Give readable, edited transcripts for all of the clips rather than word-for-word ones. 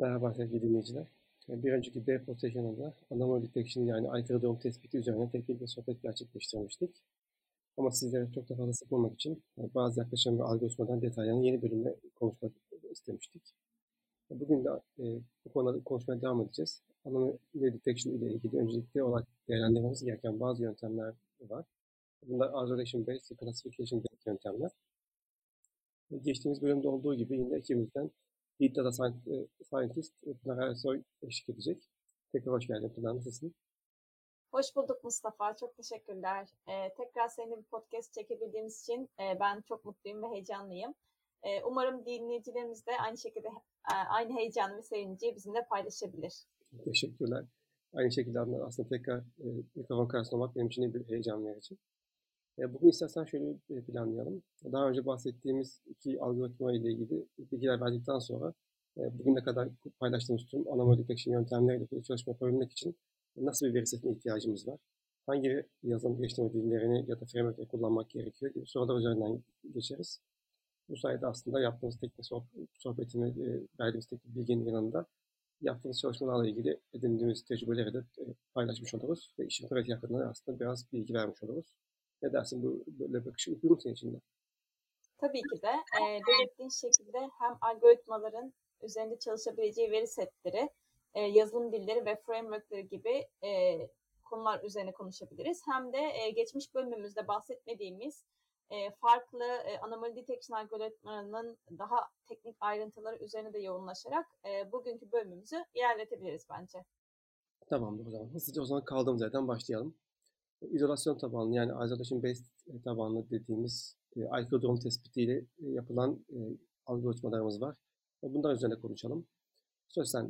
Merhaba sevgili dinleyiciler. Bir önceki depo session'ında anomaly detection yani aykırı doğum tespiti üzerine teknik bir sohbet gerçekleştirmiştik. Ama sizlere çok da fazla sıkmamak için bazı yaklaşım ve algoritmadan detaylarını yeni bölümde konuşmak istemiştik. Bugün de bu konuda konuşmaya devam edeceğiz. Anomaly detection ile ilgili öncelikli olarak değerlendirmemiz gereken bazı yöntemler var. Bunlar isolation based ve classification based yöntemler. Geçtiğimiz bölümde olduğu gibi yine ekibimizden Lead Data Scientist Pınar Ersoy eşlik edecek. Tekrar hoş geldin Pınar, nasılsın? Hoş bulduk Mustafa, çok teşekkürler. Tekrar seninle bir podcast çekebildiğimiz için ben çok mutluyum ve heyecanlıyım. Umarım dinleyicilerimiz de aynı şekilde aynı heyecan ve sevinci bizimle paylaşabilir. Teşekkürler. Aynı şekilde aslında tekrar mikrofon karşısında olmak benim için bir heyecan verici. Bugün istersen şöyle planlayalım. Daha önce bahsettiğimiz iki algoritma ile ilgili bilgiler verdikten sonra bugüne kadar paylaştığımız tüm anomaly detection yöntemleriyle bir çalışma yapabilmek için nasıl bir veri setine ihtiyacımız var? Hangi yazılım geliştirme dillerini ya da framework'leri kullanmak gerekiyor gibi sorular üzerinden geçeriz. Bu sayede aslında yaptığımız teknik sohbetini verdiğimiz teknik bilginin yanında yaptığımız çalışmalarla ilgili edindiğimiz tecrübeleri de paylaşmış oluruz ve işin pratik hakkında aslında biraz bilgi vermiş oluruz. Ne dersin, bu böyle bakışı uygun mu senin için de? Tabii ki de belirttiğin şekilde hem algoritmaların üzerinde çalışabileceği veri setleri, yazılım dilleri ve frameworkleri gibi konular üzerine konuşabiliriz. Hem de geçmiş bölümümüzde bahsetmediğimiz farklı anomaly detection algoritmalarının daha teknik ayrıntıları üzerine de yoğunlaşarak bugünkü bölümümüzü ilerletebiliriz bence. Tamamdır o zaman. Hızlıca o zaman kaldığımız yerden başlayalım. İzolasyon tabanlı yani isolation based tabanlı dediğimiz aykırı durum tespitiyle yapılan algoritmalarımız var. Bunlar üzerine konuşalım. Söz sende.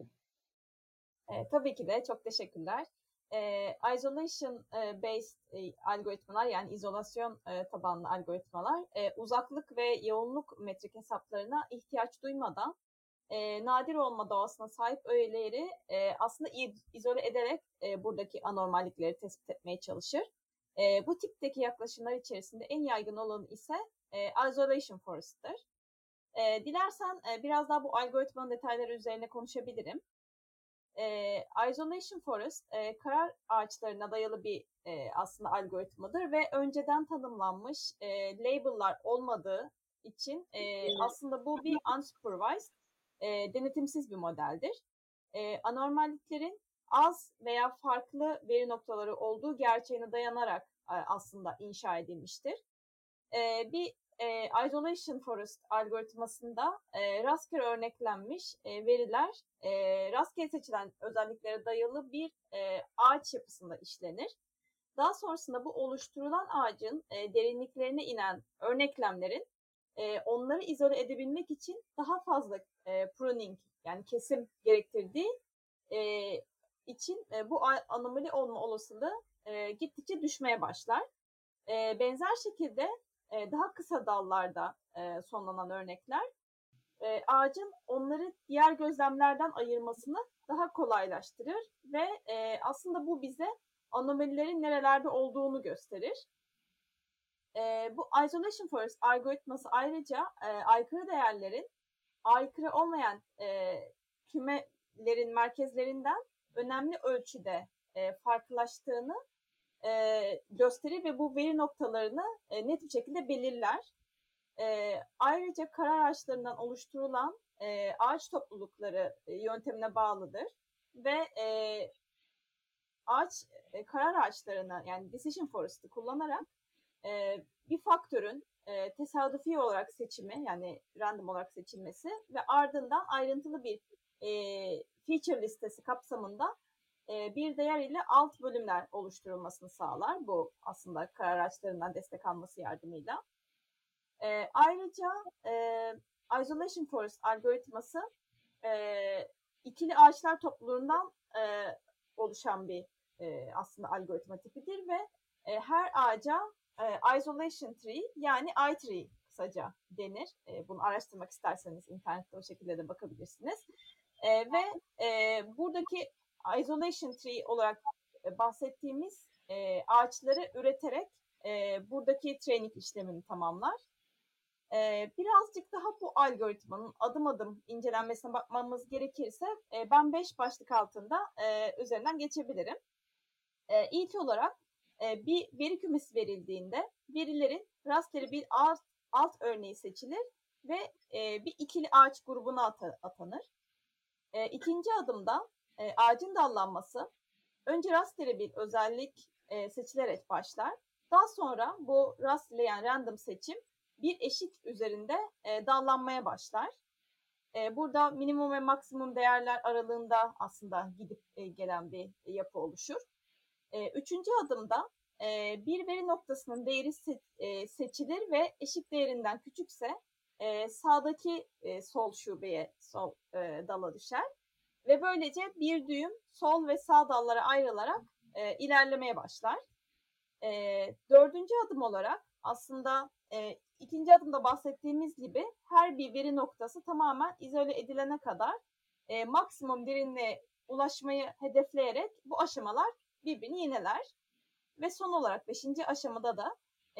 Tabii ki de çok teşekkürler. Isolation based algoritmalar yani izolasyon tabanlı algoritmalar uzaklık ve yoğunluk metrik hesaplarına ihtiyaç duymadan nadir olma doğasına sahip öğeleri aslında izole ederek buradaki anormallikleri tespit etmeye çalışır. Bu tipteki yaklaşımlar içerisinde en yaygın olanı ise isolation forest'tır. Dilersen biraz daha bu algoritmanın detayları üzerine konuşabilirim. Isolation Forest karar ağaçlarına dayalı bir aslında algoritmadır ve önceden tanımlanmış label'lar olmadığı için aslında bu bir unsupervised, denetimsiz bir modeldir. Anormalliklerin az veya farklı veri noktaları olduğu gerçeğine dayanarak aslında inşa edilmiştir. Bir Isolation Forest algoritmasında rastgele örneklenmiş veriler rastgele seçilen özelliklere dayalı bir ağaç yapısında işlenir. Daha sonrasında bu oluşturulan ağacın derinliklerine inen örneklemlerin onları izole edebilmek için daha fazla pruning yani kesim gerektirdiği için bu anomali olma olasılığı gittikçe düşmeye başlar. Benzer şekilde daha kısa dallarda sonlanan örnekler ağacın onları diğer gözlemlerden ayırmasını daha kolaylaştırır ve aslında bu bize anomalilerin nerelerde olduğunu gösterir. Bu Isolation Forest algoritması ayrıca aykırı değerlerin aykırı olmayan kümelerin merkezlerinden önemli ölçüde farklılaştığını gösterir ve bu veri noktalarını net bir şekilde belirler. Ayrıca karar ağaçlarından oluşturulan ağaç toplulukları yöntemine bağlıdır ve karar ağaçlarını yani decision forest'ı kullanarak bir faktörün tesadüfi olarak seçimi yani random olarak seçilmesi ve ardından ayrıntılı bir feature listesi kapsamında bir değer ile alt bölümler oluşturulmasını sağlar. Bu aslında karar ağaçlarından destek alması yardımıyla. Ayrıca Isolation Forest algoritması ikili ağaçlar topluluğundan oluşan bir aslında algoritma tipidir ve her ağaca Isolation Tree yani I-Tree kısaca denir. Bunu araştırmak isterseniz internette o şekilde de bakabilirsiniz. Ve buradaki Isolation Tree olarak bahsettiğimiz ağaçları üreterek buradaki training işlemini tamamlar. Birazcık daha bu algoritmanın adım adım incelenmesine bakmamız gerekirse ben 5 başlık altında üzerinden geçebilirim. İlk olarak bir veri kümesi verildiğinde verilerin rastgele bir alt örneği seçilir ve bir ikili ağaç grubuna atanır. İkinci adımda ağacın dallanması önce rastgele bir özellik seçilerek başlar. Daha sonra bu rastgele yani random seçim bir eşik üzerinde dallanmaya başlar. Burada minimum ve maksimum değerler aralığında aslında gidip gelen bir yapı oluşur. Üçüncü adımda bir veri noktasının değeri seçilir ve eşik değerinden küçükse sağdaki sol şubeye, sol dala düşer. Ve böylece bir düğüm sol ve sağ dallara ayrılarak ilerlemeye başlar. Dördüncü adım olarak aslında ikinci adımda bahsettiğimiz gibi her bir veri noktası tamamen izole edilene kadar maksimum derinliğe ulaşmayı hedefleyerek bu aşamalar birbirini yineler. Ve son olarak 5. aşamada da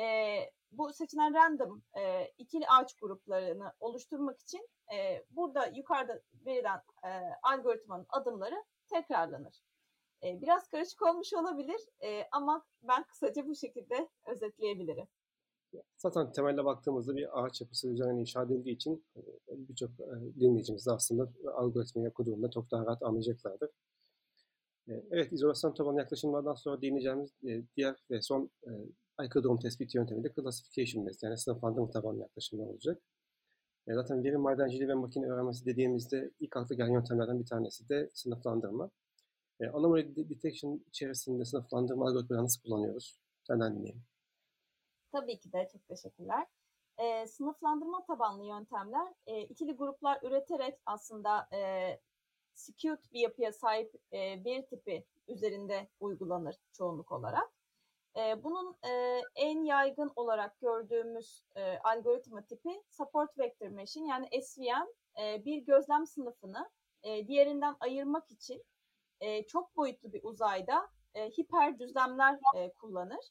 bu seçilen random ikili ağaç gruplarını oluşturmak için burada yukarıda verilen algoritmanın adımları tekrarlanır. Biraz karışık olmuş olabilir ama ben kısaca bu şekilde özetleyebilirim. Zaten temelde baktığımızda bir ağaç yapısı üzerine inşa edildiği için birçok dinleyicimiz de aslında algoritmayı okuduğunda çok daha rahat anlayacaklardır. Evet, izolasyon tabanlı yaklaşımlardan sonra değineceğimiz diğer ve son aykırı durum tespit yöntemi de classification based yani sınıflandırma tabanlı yaklaşımlar olacak. Zaten veri madenciliği ve makine öğrenmesi dediğimizde ilk akla gelen yöntemlerden bir tanesi de sınıflandırma. Anomaly detection içerisinde sınıflandırma algoritmaları nasıl kullanıyoruz? Senden dinleyelim. Tabii ki de çok teşekkürler. Sınıflandırma tabanlı yöntemler ikili gruplar üreterek aslında skewed bir yapıya sahip veri tipi üzerinde uygulanır çoğunluk olarak. Bunun en yaygın olarak gördüğümüz algoritma tipi support vector machine yani SVM bir gözlem sınıfını diğerinden ayırmak için çok boyutlu bir uzayda hiper düzlemler kullanır.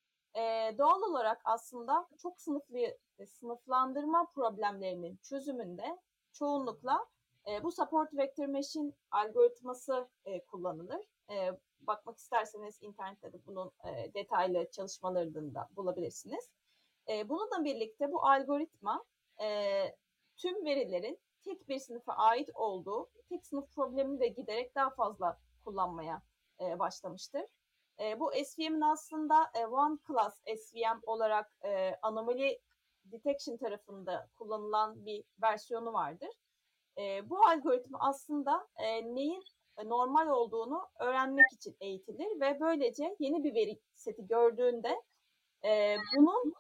Doğal olarak aslında çok sınıflı sınıflandırma problemlerinin çözümünde çoğunlukla bu support vector machine algoritması kullanılır. Bakmak isterseniz internette de bunun detaylı çalışmalarını da bulabilirsiniz. Bununla birlikte bu algoritma tüm verilerin tek bir sınıfa ait olduğu tek sınıf problemini de giderek daha fazla kullanmaya başlamıştır. Bu SVM'in aslında one class SVM olarak anomaly detection tarafında kullanılan bir versiyonu vardır. Bu algoritma aslında neyin normal olduğunu öğrenmek için eğitilir ve böylece yeni bir veri seti gördüğünde bunun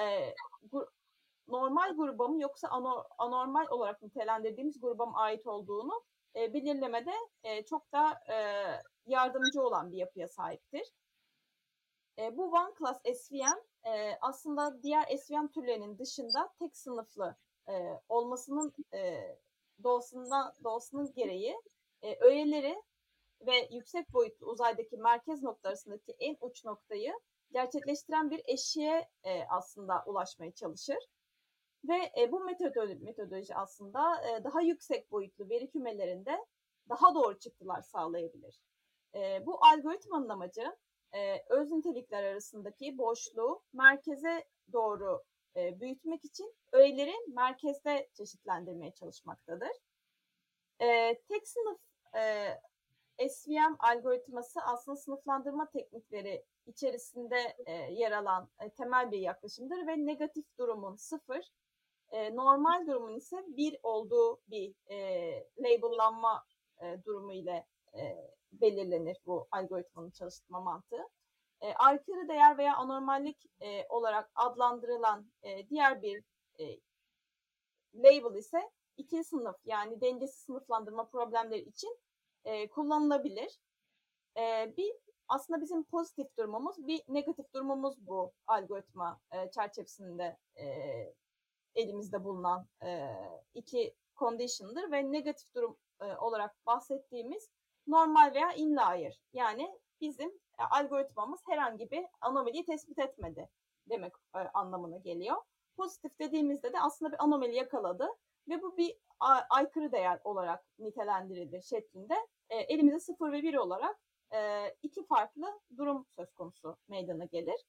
normal gruba mı yoksa anormal olarak nitelendirdiğimiz gruba mı ait olduğunu belirlemede çok da yardımcı olan bir yapıya sahiptir. Bu one class SVM aslında diğer SVM türlerinin dışında tek sınıflı olmasının doğasının gereği öğeleri ve yüksek boyutlu uzaydaki merkez nokta arasındaki en uç noktayı gerçekleştiren bir eşiğe aslında ulaşmaya çalışır. Ve bu metodoloji aslında daha yüksek boyutlu veri kümelerinde daha doğru çıktılar sağlayabilir. Bu algoritmanın amacı öz nitelikler arasındaki boşluğu merkeze doğru büyütmek için öğeleri merkezde çeşitlendirmeye çalışmaktadır. Tek sınıf SVM algoritması aslında sınıflandırma teknikleri içerisinde yer alan temel bir yaklaşımdır ve negatif durumun 0, normal durumun ise 1 olduğu bir labellanma durumu ile belirlenir bu algoritmanın çalışma mantığı. Aykırı değer veya anormallik olarak adlandırılan diğer bir label ise ikili sınıf yani dengesiz sınıflandırma problemleri için kullanılabilir. Aslında bizim pozitif durumumuz, bir negatif durumumuz bu algoritma çerçevesinde elimizde bulunan iki condition'dır ve negatif durum olarak bahsettiğimiz normal veya inlier yani bizim algoritmamız herhangi bir anomaliyi tespit etmedi demek anlamına geliyor. Pozitif dediğimizde de aslında bir anomali yakaladı ve bu bir aykırı değer olarak nitelendirilir şeklinde elimizde 0 ve 1 olarak iki farklı durum söz konusu meydana gelir.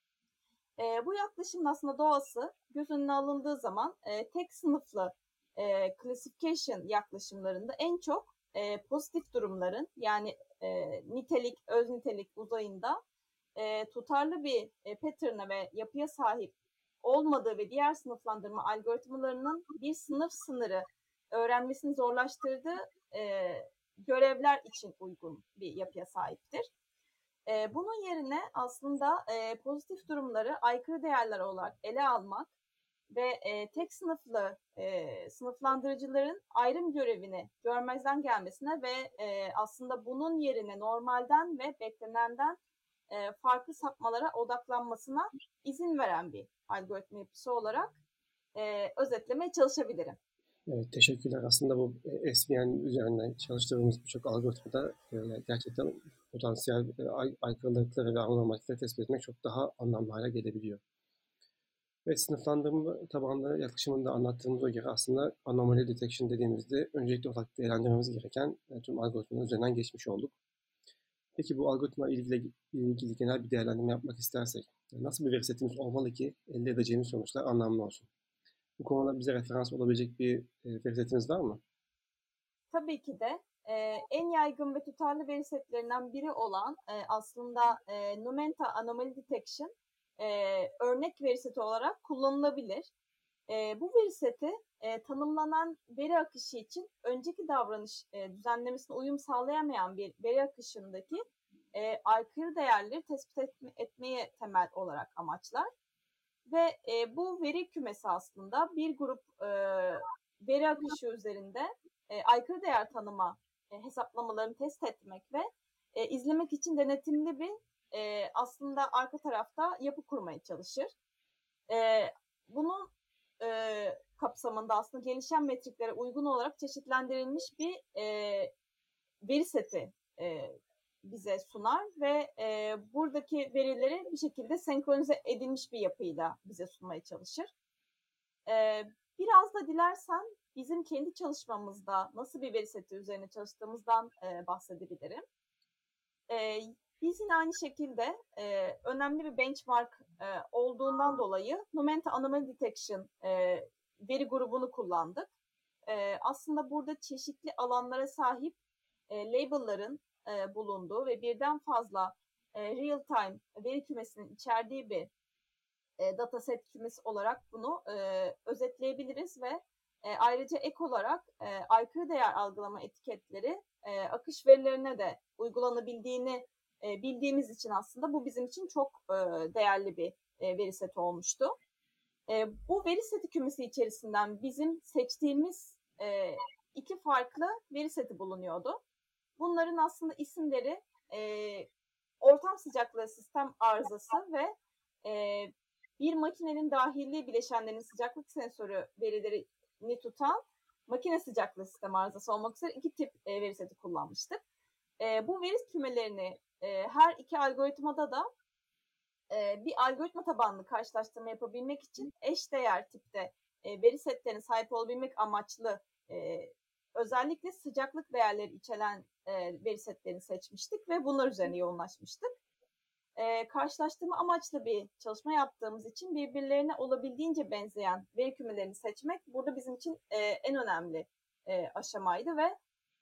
Bu yaklaşımın aslında doğası göz önüne alındığı zaman tek sınıflı classification yaklaşımlarında en çok pozitif durumların yani nitelik, öz nitelik uzayında tutarlı bir pattern'a ve yapıya sahip olmadığı ve diğer sınıflandırma algoritmalarının bir sınıf sınırı öğrenmesini zorlaştırdığı görevler için uygun bir yapıya sahiptir. Bunun yerine aslında pozitif durumları aykırı değerler olarak ele almak ve tek sınıflı sınıflandırıcıların ayrım görevini görmezden gelmesine ve aslında bunun yerine normalden ve beklenenden farklı sapmalara odaklanmasına izin veren bir algoritma yapısı olarak özetlemeye çalışabilirim. Evet, teşekkürler. Aslında bu SVN üzerinden çalıştığımız birçok algoritmada gerçekten potansiyel aykırılıkları ve anomalileri tespit etmek çok daha anlamlı hale gelebiliyor. Ve sınıflandırma tabanlı yaklaşımında anlattığımıza göre aslında anomaly detection dediğimizde öncelikli olarak değerlendirmemiz gereken tüm algoritmaların üzerinden geçmiş olduk. Peki bu algoritma ilgili genel bir değerlendirme yapmak istersek nasıl bir veri setimiz olmalı ki elde edeceğimiz sonuçlar anlamlı olsun? Bu konuda bize referans olabilecek bir veri setiniz var mı? Tabii ki de en yaygın ve tutarlı veri setlerinden biri olan aslında Numenta Anomaly Detection örnek veri seti olarak kullanılabilir. Bu veri seti tanımlanan veri akışı için önceki davranış düzenlemesine uyum sağlayamayan bir veri akışındaki aykırı değerleri tespit etmeyi temel olarak amaçlar. Ve bu veri kümesi aslında bir grup veri akışı üzerinde aykırı değer tanıma hesaplamalarını test etmek ve izlemek için denetimli bir aslında arka tarafta yapı kurmaya çalışır. Bunun kapsamında aslında gelişen metriklere uygun olarak çeşitlendirilmiş bir veri seti bize sunar ve buradaki verileri bir şekilde senkronize edilmiş bir yapıyla bize sunmaya çalışır. Biraz da dilersen bizim kendi çalışmamızda nasıl bir veri seti üzerine çalıştığımızdan bahsedebilirim. Biz yine aynı şekilde önemli bir benchmark olduğundan dolayı Numenta Anomaly Detection veri grubunu kullandık. Aslında burada çeşitli alanlara sahip label'ların bulunduğu ve birden fazla real-time veri kümesinin içerdiği bir dataset kümesi olarak bunu özetleyebiliriz ve ayrıca ek olarak aykırı değer algılama etiketleri akış verilerine de uygulanabildiğini bildiğimiz için aslında bu bizim için çok değerli bir veri seti olmuştu. Bu veri seti kümesi içerisinden bizim seçtiğimiz iki farklı veri seti bulunuyordu. Bunların aslında isimleri ortam sıcaklığı sistem arızası ve bir makinenin dahili bileşenlerinin sıcaklık sensörü verilerini tutan makine sıcaklığı sistem arızası olmak üzere iki tip veri seti kullanmıştık. Bu veri kümelerini her iki algoritmada da bir algoritma tabanlı karşılaştırma yapabilmek için eşdeğer tipte veri setlerine sahip olabilmek amaçlı özellikle sıcaklık değerleri içeren veri setlerini seçmiştik ve bunlar üzerine yoğunlaşmıştık. Karşılaştırma amaçlı bir çalışma yaptığımız için birbirlerine olabildiğince benzeyen veri kümelerini seçmek burada bizim için en önemli aşamaydı ve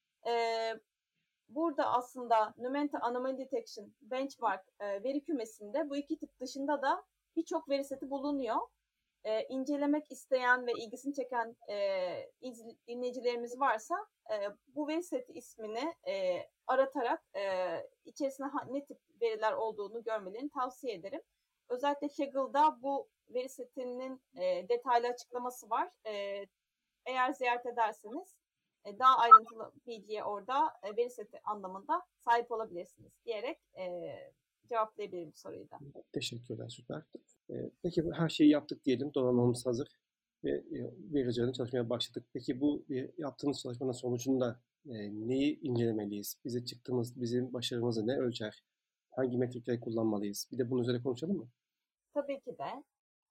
burada aslında Numenta Anomaly Detection Benchmark veri kümesinde bu iki tip dışında da birçok veri seti bulunuyor. İncelemek isteyen ve ilgisini çeken dinleyicilerimiz varsa bu veri seti ismini aratarak içerisinde ne tip veriler olduğunu görmelerini tavsiye ederim. Özellikle Kaggle'da bu veri setinin detaylı açıklaması var. Eğer ziyaret ederseniz daha ayrıntılı bilgiye orada veri seti anlamında sahip olabilirsiniz diyerek cevaplayabilirim bu soruyu da. Teşekkürler, süper. Peki her şeyi yaptık diyelim, donanımımız hazır ve veri üzerinde çalışmaya başladık. Peki bu yaptığımız çalışmanın sonucunda neyi incelemeliyiz? Bizim başarımızı ne ölçer? Hangi metrikleri kullanmalıyız? Bir de bunun üzerine konuşalım mı? Tabii ki de.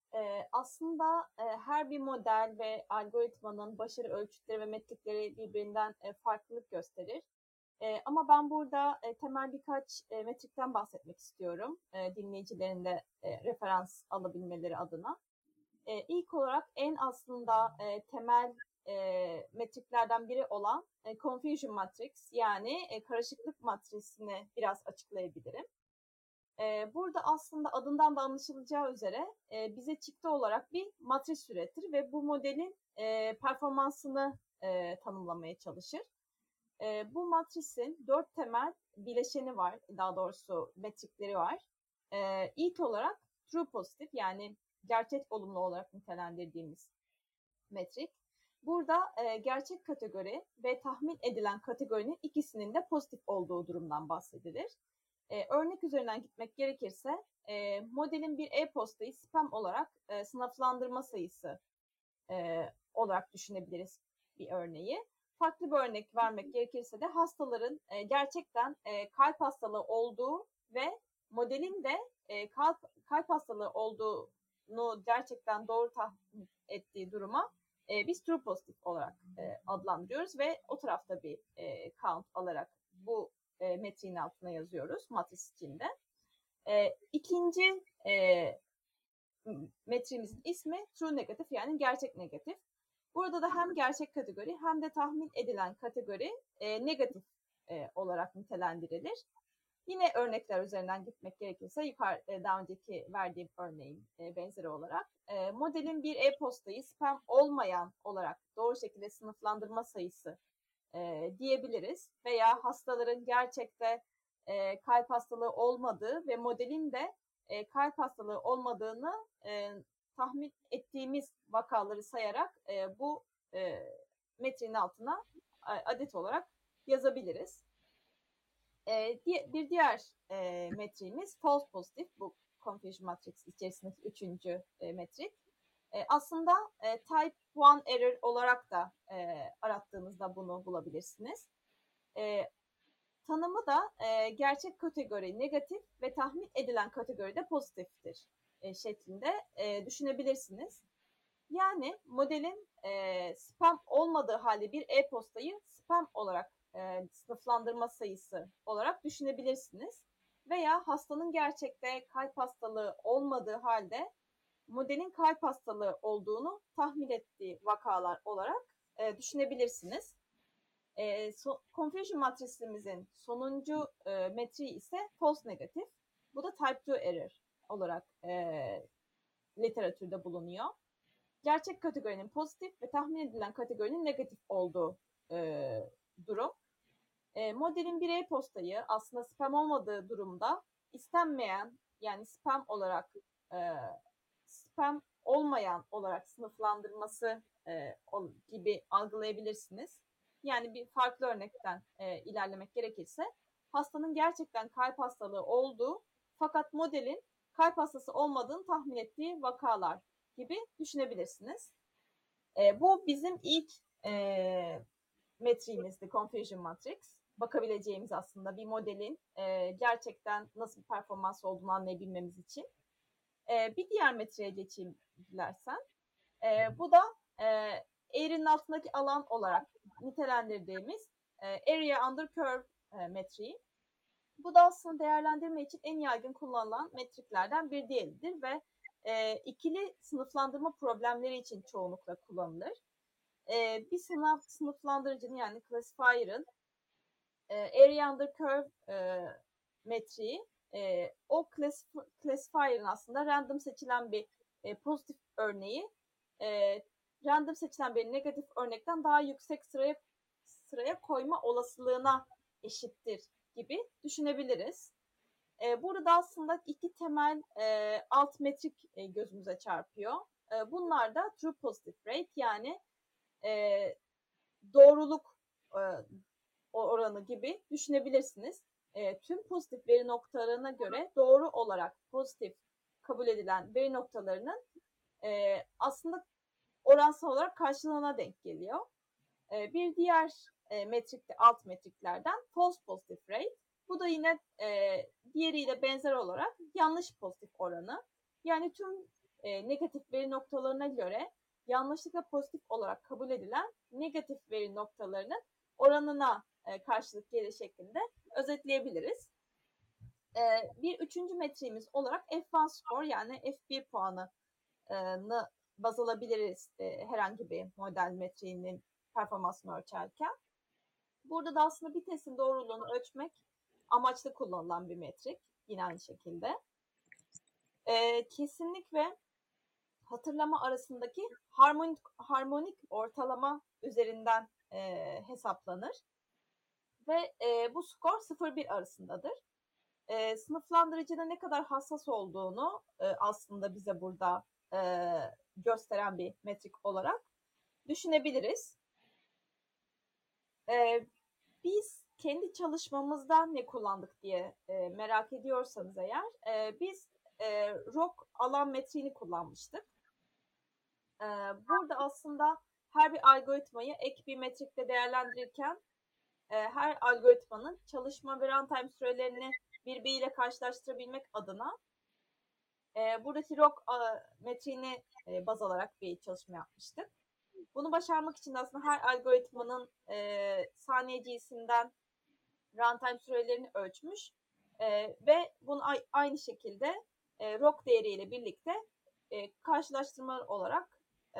Aslında her bir model ve algoritmanın başarı ölçütleri ve metrikleri birbirinden farklılık gösterir. Ama ben burada temel birkaç metrikten bahsetmek istiyorum dinleyicilerin de referans alabilmeleri adına. İlk olarak en aslında temel metriklerden biri olan confusion matrix, yani karışıklık matrisini biraz açıklayabilirim. Burada aslında adından da anlaşılacağı üzere bize çıktı olarak bir matris üretir ve bu modelin performansını tanımlamaya çalışır. Bu matrisin 4 temel bileşeni var, daha doğrusu metrikleri var. İlk olarak true pozitif, yani gerçek olumlu olarak nitelendirdiğimiz metrik. Burada gerçek kategori ve tahmin edilen kategorinin ikisinin de pozitif olduğu durumdan bahsedilir. Örnek üzerinden gitmek gerekirse modelin bir e-postayı spam olarak sınıflandırma sayısı olarak düşünebiliriz bir örneği. Farklı bir örnek vermek gerekirse de hastaların gerçekten kalp hastalığı olduğu ve modelin de kalp hastalığı olduğunu gerçekten doğru tahmin ettiği duruma biz true pozitif olarak adlandırıyoruz ve o tarafta bir count alarak bu metriğin altına yazıyoruz matris içinde. İkinci metriğimizin ismi true negatif, yani gerçek negatif. Burada da hem gerçek kategori hem de tahmin edilen kategori negatif olarak nitelendirilir. Yine örnekler üzerinden gitmek gerekirse daha önceki verdiğim örneğin benzeri olarak modelin bir e-postayı spam olmayan olarak doğru şekilde sınıflandırma sayısı diyebiliriz. Veya hastaların gerçekte kalp hastalığı olmadığı ve modelin de kalp hastalığı olmadığını tahmin ettiğimiz vakaları sayarak bu metriğin altına adet olarak yazabiliriz. Bir diğer metriğimiz false pozitif. Bu confusion matrix içerisindeki üçüncü metrik. Aslında type 1 error olarak da arattığınızda bunu bulabilirsiniz. Tanımı da gerçek kategori negatif ve tahmin edilen kategori de pozitiftir şeklinde düşünebilirsiniz. Yani modelin spam olmadığı halde bir e-postayı spam olarak sınıflandırma sayısı olarak düşünebilirsiniz. Veya hastanın gerçekte kalp hastalığı olmadığı halde modelin kalp hastalığı olduğunu tahmin ettiği vakalar olarak düşünebilirsiniz. Confusion matrisimizin sonuncu metriği ise false negatif. Bu da type 2 error olarak literatürde bulunuyor. Gerçek kategorinin pozitif ve tahmin edilen kategorinin negatif olduğu durum. Modelin bir e-postayı aslında spam olmadığı durumda istenmeyen, yani spam olarak spam olmayan olarak sınıflandırması gibi algılayabilirsiniz. Yani bir farklı örnekten ilerlemek gerekirse hastanın gerçekten kalp hastalığı olduğu fakat modelin kalp hastası olmadığını tahmin ettiği vakalar gibi düşünebilirsiniz. Bu bizim ilk metriğimizdi, confusion matrix. Bakabileceğimiz aslında bir modelin gerçekten nasıl bir performans olduğunu anlayabilmemiz için. Bir diğer metriğe geçeyim dilersen. Bu da eğrinin altındaki alan olarak nitelendirdiğimiz area under curve metriği. Bu da aslında değerlendirme için en yaygın kullanılan metriklerden bir diğeridir ve ikili sınıflandırma problemleri için çoğunlukla kullanılır. Bir sınıflandırıcının, yani classifier'ın area under curve metriği o classifier'ın aslında random seçilen bir pozitif örneği random seçilen bir negatif örnekten daha yüksek sıraya koyma olasılığına eşittir gibi düşünebiliriz. Burada aslında iki temel alt metrik gözümüze çarpıyor. Bunlar da true positive rate, yani doğruluk oranı gibi düşünebilirsiniz. Tüm pozitif veri noktalarına göre doğru olarak pozitif kabul edilen veri noktalarının aslında oransal olarak karşılığına denk geliyor. Bir diğer metrik de alt metriklerden false positive rate. Bu da yine diğeriyle benzer olarak yanlış pozitif oranı. Yani tüm negatif veri noktalarına göre yanlışlıkla pozitif olarak kabul edilen negatif veri noktalarının oranına karşılık gelir şeklinde özetleyebiliriz. Bir üçüncü metriğimiz olarak F1 score yani F1 puanını baz alabiliriz herhangi bir model metriğinin performansını ölçerken. Burada da aslında bir testin doğruluğunu ölçmek amaçlı kullanılan bir metrik. Yine aynı şekilde. Kesinlik ve hatırlama arasındaki harmonik ortalama üzerinden hesaplanır. Ve bu skor 0-1 arasındadır. Sınıflandırıcının ne kadar hassas olduğunu aslında bize burada gösteren bir metrik olarak düşünebiliriz. Biz kendi çalışmamızda ne kullandık diye merak ediyorsanız eğer, biz ROC alan metriğini kullanmıştık. Burada aslında her bir algoritmayı ek bir metrikle değerlendirirken her algoritmanın çalışma ve runtime sürelerini birbiriyle karşılaştırabilmek adına buradaki ROC metriğini baz alarak bir çalışma yapmıştık. Bunu başarmak için de aslında her algoritmanın saniyecisinden runtime sürelerini ölçmüş ve bunu aynı şekilde ROC değeriyle birlikte karşılaştırma olarak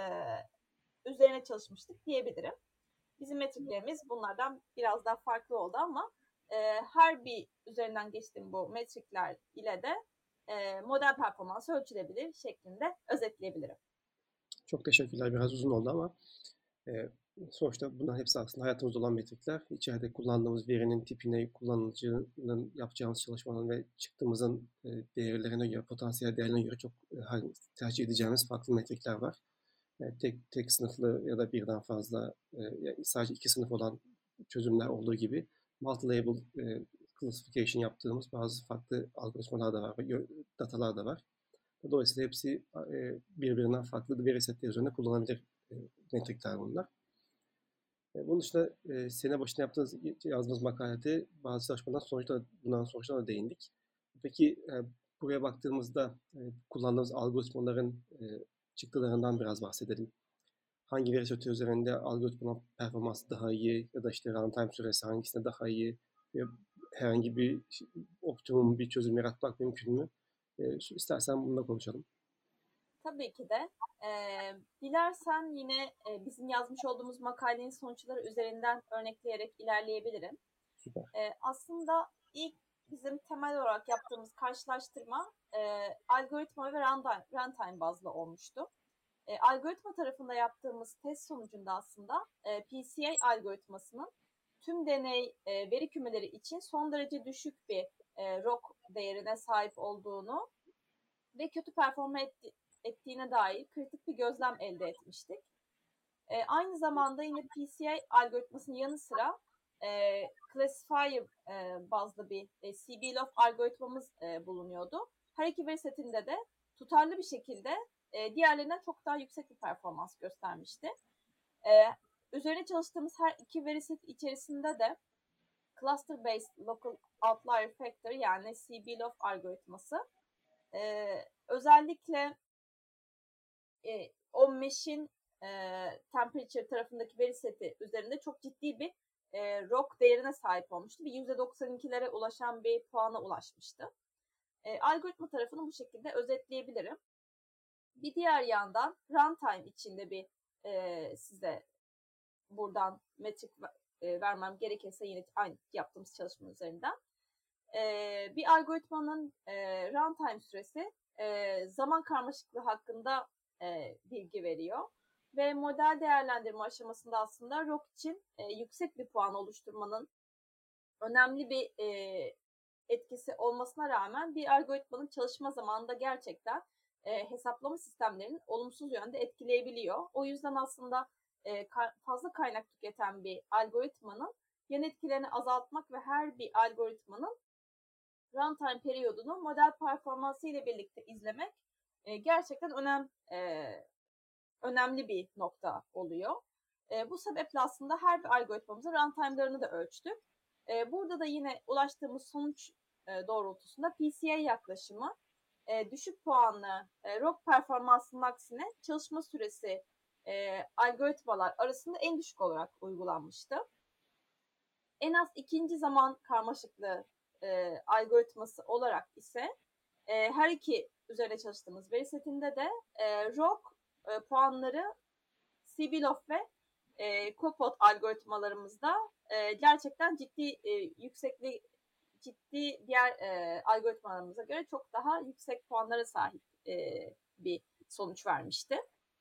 üzerine çalışmıştık diyebilirim. Bizim metriklerimiz bunlardan biraz daha farklı oldu ama her bir üzerinden geçtiğim bu metrikler ile de model performansı ölçülebilir şeklinde özetleyebilirim. Çok teşekkürler. Biraz uzun oldu ama sonuçta bunların hepsi aslında hayatımızda olan metrikler. İçeride kullandığımız verinin tipine, kullanıcının yapacağımız çalışmanın ve çıktığımızın değerlerine göre, potansiyel değerlerine göre çok tercih edeceğimiz farklı metrikler var. Tek sınıflı ya da birden fazla sadece 2 sınıf olan çözümler olduğu gibi multi-label classification yaptığımız bazı farklı algoritmalar da var ve datalar da var. Dolayısıyla hepsi birbirinden farklı veri setleri üzerinde kullanılabilir metrikler bunlar. Bunun dışında sene başında yazdığımız makalede bazı çalışmadan bundan sonuçlarına değindik. Peki buraya baktığımızda kullandığımız algoritmaların çıktılarından biraz bahsedelim. Hangi veri seti üzerinde algoritmanın performansı daha iyi ya da işte runtime süresi hangisinde daha iyi ya herhangi bir optimum bir çözüm yaratmak mümkün mü? İstersen bununla konuşalım. Tabii ki de. Dilersen yine bizim yazmış olduğumuz makalenin sonuçları üzerinden örnekleyerek ilerleyebilirim. Süper. Aslında ilk bizim temel olarak yaptığımız karşılaştırma algoritma ve runtime bazlı olmuştu. Algoritma tarafında yaptığımız test sonucunda aslında PCA algoritmasının tüm deney veri kümeleri için son derece düşük bir ROC değerine sahip olduğunu ve kötü performa ettiğine dair kritik bir gözlem elde etmiştik. Aynı zamanda yine PCA algoritmasının yanı sıra classifier bazlı bir CBLOF algoritmamız bulunuyordu. Her iki veri setinde de tutarlı bir şekilde diğerlerinden çok daha yüksek bir performans göstermişti. Üzerine çalıştığımız her iki veri set içerisinde de Cluster Based Local Outlier Factor yani CBLOF algoritması özellikle o mesh'in temperature tarafındaki veri seti üzerinde çok ciddi bir ROC değerine sahip olmuştu. Bir %92'lere ulaşan bir puana ulaşmıştı. Algoritma tarafını bu şekilde özetleyebilirim. Bir diğer yandan runtime içinde bir size buradan metrik vermem gerekirse yine aynı yaptığımız çalışma üzerinden. Bir algoritmanın runtime süresi zaman karmaşıklığı hakkında bilgi veriyor. Ve model değerlendirme aşamasında aslında ROC için yüksek bir puan oluşturmanın önemli bir etkisi olmasına rağmen bir algoritmanın çalışma zamanında gerçekten hesaplama sistemlerinin olumsuz yönde etkileyebiliyor. O yüzden aslında fazla kaynak tüketen bir algoritmanın yan etkilerini azaltmak ve her bir algoritmanın runtime periyodunu model performansı ile birlikte izlemek gerçekten önemli bir nokta oluyor. Bu sebeple aslında her bir algoritmamızın runtime'larını da ölçtük. Burada da yine ulaştığımız sonuç doğrultusunda PCA yaklaşımı düşük puanlı ROG performansının aksine çalışma süresi algoritmalar arasında en düşük olarak uygulanmıştı. En az ikinci zaman karmaşıklığı algoritması olarak ise her iki üzerine çalıştığımız veri setinde de ROG puanları CBLOF ve COPOT algoritmalarımızda gerçekten ciddi diğer algoritmalarımıza göre çok daha yüksek puanlara sahip bir sonuç vermişti.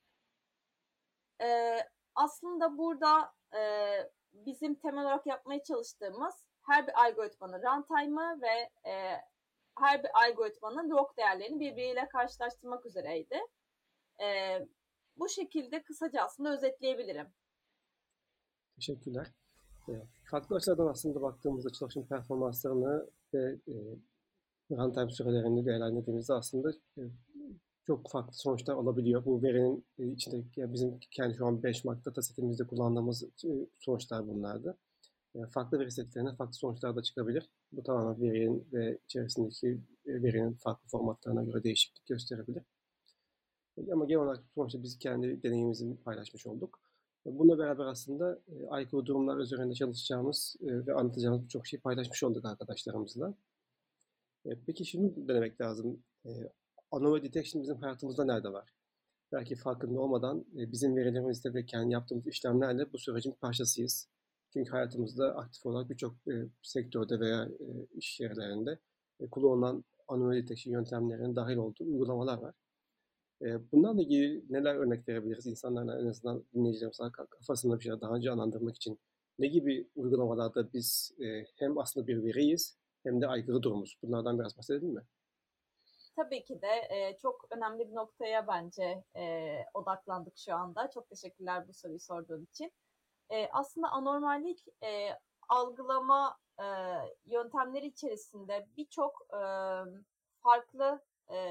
Aslında burada bizim temel olarak yapmaya çalıştığımız her bir algoritmanın runtime'ı ve her bir algoritmanın log değerlerini birbiriyle karşılaştırmak üzereydi. Bu şekilde kısaca aslında özetleyebilirim. Teşekkürler. Farklı açılardan aslında baktığımızda çalışım performanslarını ve runtime sürelerini değerlendirdiğimizde aslında çok farklı sonuçlar alabiliyor. Bu verinin içinde bizim kendi şu an benchmark datasetimizde kullandığımız sonuçlar bunlardı. Farklı veri setlerine farklı sonuçlar da çıkabilir. Bu tamamen verinin ve içerisindeki verinin farklı formatlarına göre değişiklik gösterebilir. Ama genel olarak sonuçta biz kendi deneyimimizi paylaşmış olduk. Bununla beraber aslında aykırı durumlar üzerinde çalışacağımız ve anlatacağımız birçok şey paylaşmış olduk arkadaşlarımızla. Peki şunu denemek lazım. Anomaly detection bizim hayatımızda nerede var? Belki farkında olmadan bizim verilerimizde ve kendi yaptığımız işlemlerle bu sürecin parçasıyız. Çünkü hayatımızda aktif olarak birçok sektörde veya iş yerlerinde kullanılan anomaly detection yöntemlerinin dahil olduğu uygulamalar var. Bunlarla ilgili neler örnek verebiliriz? İnsanların en azından dinleyicilerimizin kafasında bir şey daha önce anlandırmak için ne gibi uygulamalarda biz hem aslında bir veriyiz hem de aykırı durumuz? Bunlardan biraz bahsedelim mi? Tabii ki de çok önemli bir noktaya bence odaklandık şu anda. Çok teşekkürler bu soruyu sorduğun için. Aslında anormallik algılama yöntemleri içerisinde birçok farklı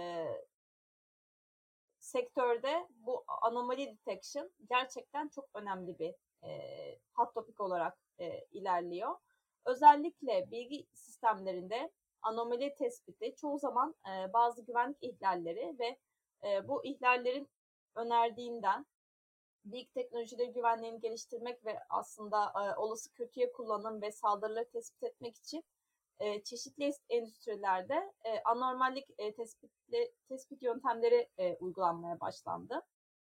sektörde bu anomaly detection gerçekten çok önemli bir hot topic olarak ilerliyor. Özellikle bilgi sistemlerinde anomali tespiti çoğu zaman bazı güvenlik ihlalleri ve bu ihlallerin önerdiğinden bilgi teknolojileri güvenliğini geliştirmek ve aslında olası kötüye kullanım ve saldırıları tespit etmek için çeşitli endüstrilerde anormallik tespit yöntemleri uygulanmaya başlandı.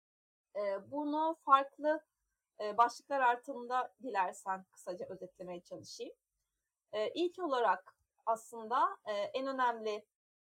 Bunu farklı başlıklar altında dilersen kısaca özetlemeye çalışayım. İlk olarak aslında en önemli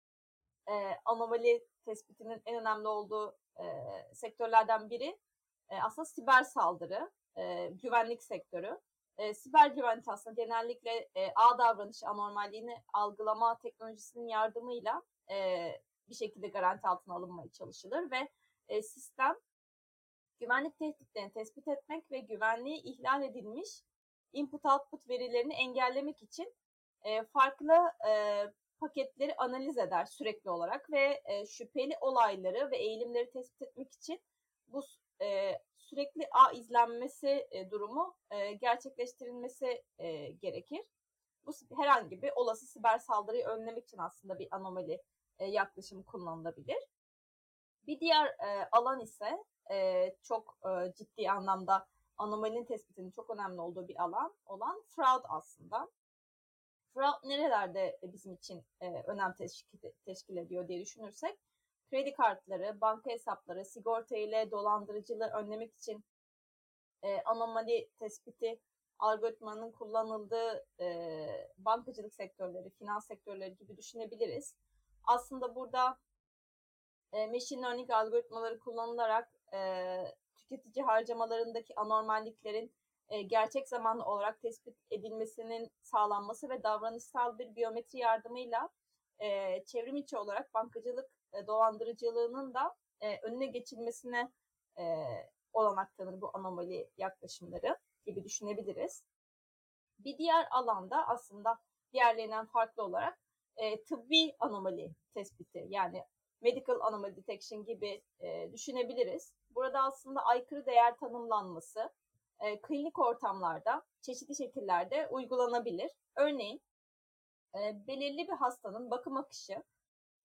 anomali tespitinin en önemli olduğu sektörlerden biri aslında siber saldırı, güvenlik sektörü. Siber güvenlik aslında genellikle ağ davranışı anormalliğini algılama teknolojisinin yardımıyla bir şekilde garanti altına alınmaya çalışılır ve sistem güvenlik tehditlerini tespit etmek ve güvenliği ihlal edilmiş input-output verilerini engellemek için farklı paketleri analiz eder sürekli olarak ve şüpheli olayları ve eğilimleri tespit etmek için bu sürekli ağ izlenmesi durumu gerçekleştirilmesi gerekir. Bu herhangi bir olası siber saldırıyı önlemek için aslında bir anomali yaklaşımı kullanılabilir. Bir diğer alan ise çok ciddi anlamda anomalinin tespitinin çok önemli olduğu bir alan olan fraud aslında. Fraud nerelerde bizim için önem teşkil ediyor diye düşünürsek, kredi kartları, banka hesapları, sigorta ile dolandırıcılığı önlemek için anomali tespiti algoritmanın kullanıldığı bankacılık sektörleri, finans sektörleri gibi düşünebiliriz. Aslında burada machine learning algoritmaları kullanılarak tüketici harcamalarındaki anormalliklerin gerçek zamanlı olarak tespit edilmesinin sağlanması ve davranışsal bir biyometri yardımıyla çevrim içi olarak bankacılık dolandırıcılığının da önüne geçilmesine olanak tanır bu anomali yaklaşımları gibi düşünebiliriz. Bir diğer alanda aslında diğerlerinden farklı olarak tıbbi anomali tespiti, yani medical anomaly detection gibi düşünebiliriz. Burada aslında aykırı değer tanımlanması klinik ortamlarda çeşitli şekillerde uygulanabilir. Örneğin belirli bir hastanın bakım akışı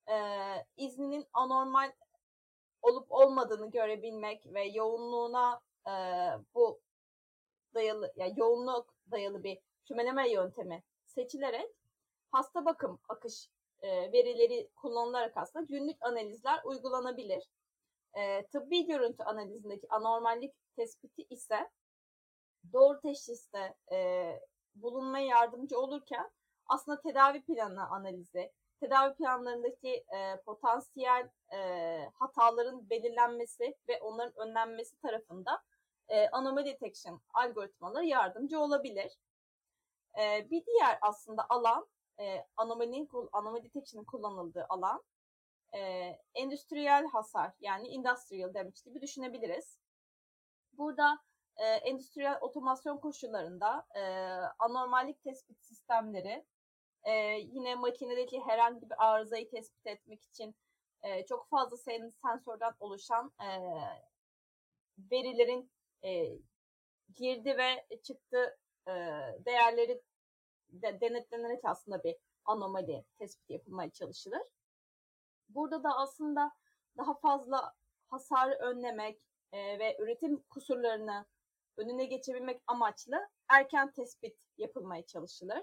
izninin anormal olup olmadığını görebilmek ve yoğunluğuna bu dayalı, yani yoğunluk dayalı bir kümeleme yöntemi seçilerek hasta bakım akış verileri kullanılarak aslında günlük analizler uygulanabilir. Tıbbi görüntü analizindeki anormallik tespiti ise doğru teşhiste bulunmaya yardımcı olurken aslında tedavi planı analizi, tedavi planlarındaki potansiyel hataların belirlenmesi ve onların önlenmesi tarafında anomaly detection algoritmaları yardımcı olabilir. Bir diğer aslında alan, anomaly detection'ın kullanıldığı alan, endüstriyel hasar, yani industrial damage gibi düşünebiliriz. Burada endüstriyel otomasyon koşullarında anormallik tespit sistemleri yine makinedeki herhangi bir arızayı tespit etmek için çok fazla sensörden oluşan verilerin girdi ve çıktı değerleri denetlenerek aslında bir anomali tespiti yapılmaya çalışılır. Burada da aslında daha fazla hasarı önlemek ve üretim kusurlarını önüne geçebilmek amaçlı erken tespit yapılmaya çalışılır.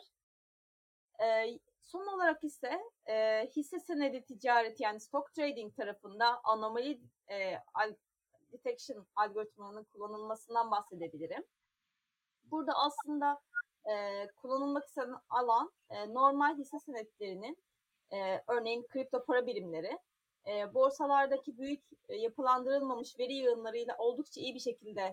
Son olarak ise hisse senedi ticareti, yani stock trading tarafında anomaly detection algoritmalarının kullanılmasından bahsedebilirim. Burada aslında kullanılmak istenen alan normal hisse senetlerinin örneğin kripto para birimleri borsalardaki büyük yapılandırılmamış veri yığınlarıyla oldukça iyi bir şekilde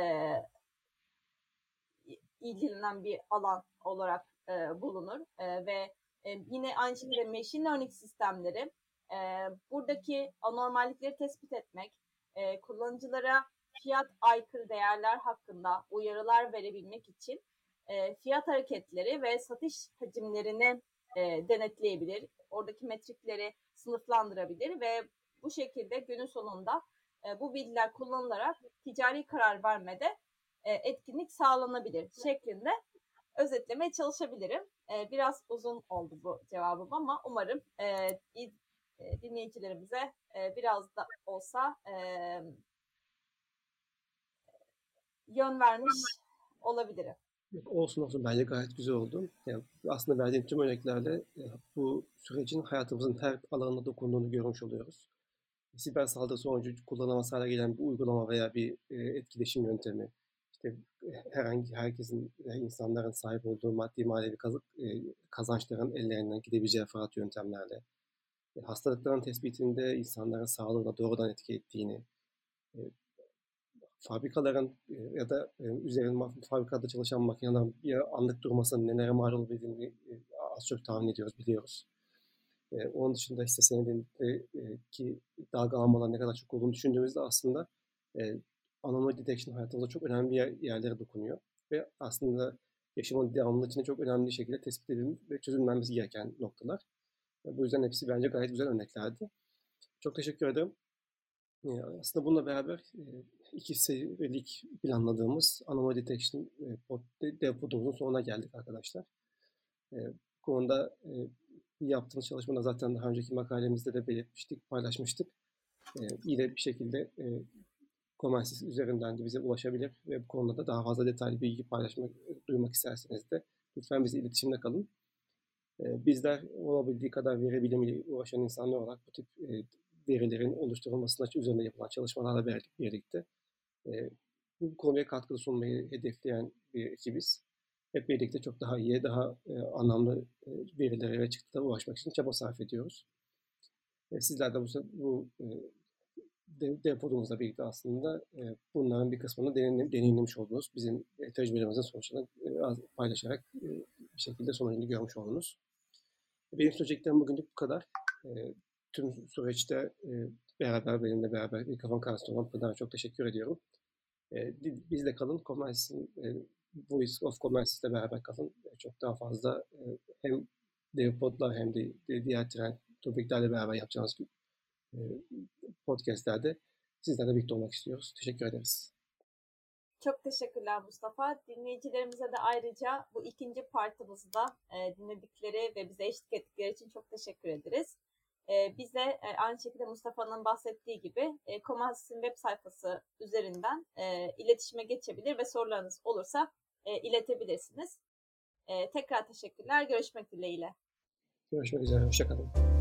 ilgilenen bir alan olarak bulunur ve yine aynı şekilde machine learning sistemleri buradaki anormallikleri tespit etmek, kullanıcılara fiyat aykırı değerler hakkında uyarılar verebilmek için fiyat hareketleri ve satış hacimlerini denetleyebilir. Oradaki metrikleri sınıflandırabilir ve bu şekilde günün sonunda bu bilgiler kullanılarak ticari karar vermede etkinlik sağlanabilir şeklinde özetlemeye çalışabilirim. Biraz uzun oldu bu cevabım ama umarım dinleyicilerimize biraz da olsa yön vermiş olabilirim. Olsun bence gayet güzel oldu. Yani aslında verdiğim tüm örneklerle bu sürecin hayatımızın her alanına dokunduğunu görmüş oluyoruz. Siber saldırı sonucu kullanılamaz hale gelen bir uygulama veya bir etkileşim yöntemi, işte herkesin, insanların sahip olduğu maddi manevi kazançların ellerinden gidebileceği farklı yöntemlerle, hastalıkların tespitinde insanların sağlığına doğrudan etki ettiğini, fabrikaların ya da fabrikada çalışan makinelerin bir anlık durmasının nelere mal olabildiğini az çok tahmin ediyoruz, biliyoruz. Onun dışında hisse senedindeki dalgalanmalar ne kadar çok olduğunu düşündüğümüzde aslında anomaly detection hayatımızda çok önemli yerlere dokunuyor. Ve aslında yaşamın devamlılığı için çok önemli şekilde tespit edilmiş ve çözülmemiz gereken noktalar. Bu yüzden hepsi bence gayet güzel örneklerdi. Çok teşekkür ederim. Aslında bununla beraber 2 serilik planladığımız Anomaly Detection dev podumuzun sonuna geldik arkadaşlar. Bu konuda yaptığımız çalışmada zaten daha önceki makalemizde de belirtmiştik, paylaşmıştık. Yine bir şekilde Commensys üzerinden de bize ulaşabilir ve bu konuda da daha fazla detaylı bilgi duymak isterseniz de lütfen bizle iletişimde kalın. Bizler olabildiği kadar veri bilimiyle uğraşan insanlar olarak bu tip verilerin oluşturulmasına üzerinde yapılan çalışmalarla birlikte bu konuya katkıda sunmayı hedefleyen bir ekibiz. Hep birlikte çok daha iyi, daha anlamlı verilere ve çıktılara ulaşmak için çaba sarf ediyoruz. Sizler de bu dev podumuzla birlikte aslında bunların bir kısmını deneyimlemiş oldunuz. Bizim tecrübelerimizin sonuçlarını paylaşarak bir şekilde sonucunu görmüş oldunuz. Benim söyleyeceklerim bugünlük bu kadar. Tüm süreçte benimle beraber mikrofon karşısında olan Pınar'a çok teşekkür ediyorum. Bizle kalın, Voice of Commerce'le beraber kalın. Çok daha fazla hem DevPod'la hem de diğer trend topiklerle beraber yapacağımız podcastlerde sizlerle birlikte olmak istiyoruz. Teşekkür ederiz. Çok teşekkürler Mustafa. Dinleyicilerimize de ayrıca bu ikinci partımızda dinledikleri ve bize eşlik ettikleri için çok teşekkür ederiz. bize aynı şekilde Mustafa'nın bahsettiği gibi Commons'in web sayfası üzerinden iletişime geçebilir ve sorularınız olursa iletebilirsiniz. Tekrar teşekkürler. Görüşmek dileğiyle. Görüşmek üzere. Hoşça kalın.